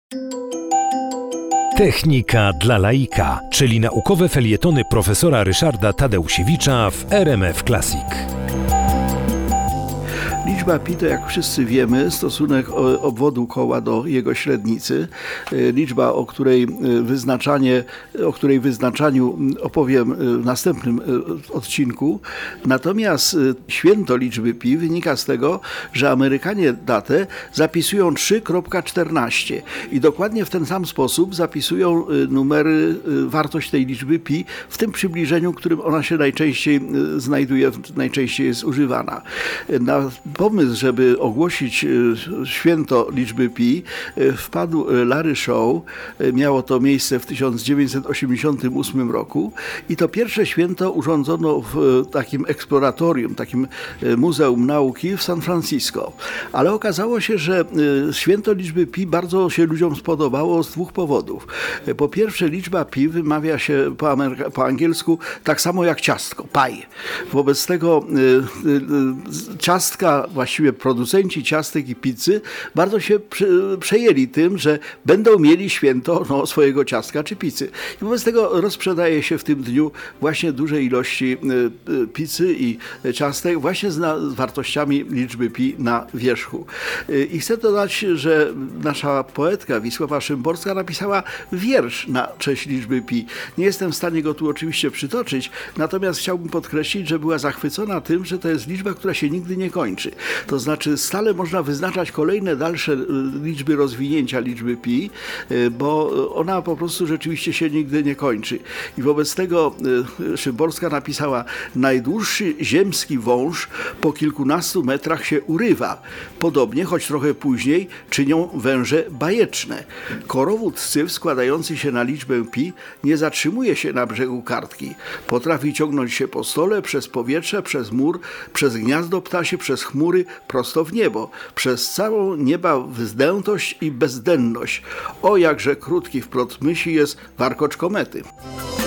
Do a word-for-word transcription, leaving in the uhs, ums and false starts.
Technika dla laika, czyli naukowe felietony profesora Ryszarda Tadeusiewicza w R M F Classic. Liczba pi to, jak wszyscy wiemy, stosunek obwodu koła do jego średnicy. Liczba, o której wyznaczanie, o której wyznaczaniu opowiem w następnym odcinku. Natomiast święto liczby pi wynika z tego, że Amerykanie datę zapisują trzy kropka czternaście i dokładnie w ten sam sposób zapisują numery, wartość tej liczby pi w tym przybliżeniu, w którym ona się najczęściej znajduje, najczęściej jest używana. Na pomysł, żeby ogłosić święto liczby pi, wpadł Larry Shaw. Miało to miejsce w tysiąc dziewięćset osiemdziesiątym ósmym roku i to pierwsze święto urządzono w takim eksploratorium, takim Muzeum Nauki w San Francisco. Ale okazało się, że święto liczby pi bardzo się ludziom spodobało z dwóch powodów. Po pierwsze, liczba pi wymawia się po, ameryka- po angielsku tak samo jak ciastko, pie. Wobec tego ciastka, właściwie producenci ciastek i pizzy bardzo się przejęli tym, że będą mieli święto no, swojego ciastka czy pizzy. I wobec tego rozprzedaje się w tym dniu właśnie duże ilości pizzy i ciastek właśnie z wartościami liczby pi na wierzchu. I chcę dodać, że nasza poetka Wisława Szymborska napisała wiersz na cześć liczby pi. Nie jestem w stanie go tu oczywiście przytoczyć, natomiast chciałbym podkreślić, że była zachwycona tym, że to jest liczba, która się nigdy nie kończy. To znaczy stale można wyznaczać kolejne dalsze liczby rozwinięcia liczby pi, bo ona po prostu rzeczywiście się nigdy nie kończy. I wobec tego Szymborska napisała: najdłuższy ziemski wąż po kilkunastu metrach się urywa. Podobnie, choć trochę później, czynią węże bajeczne. Korowód scyw składający się na liczbę pi nie zatrzymuje się na brzegu kartki. Potrafi ciągnąć się po stole, przez powietrze, przez mur, przez gniazdo ptasie, przez chmury, prosto w niebo, przez całą nieba wzdętość i bezdenność. O, jakże krótki wplot myśli jest warkocz komety.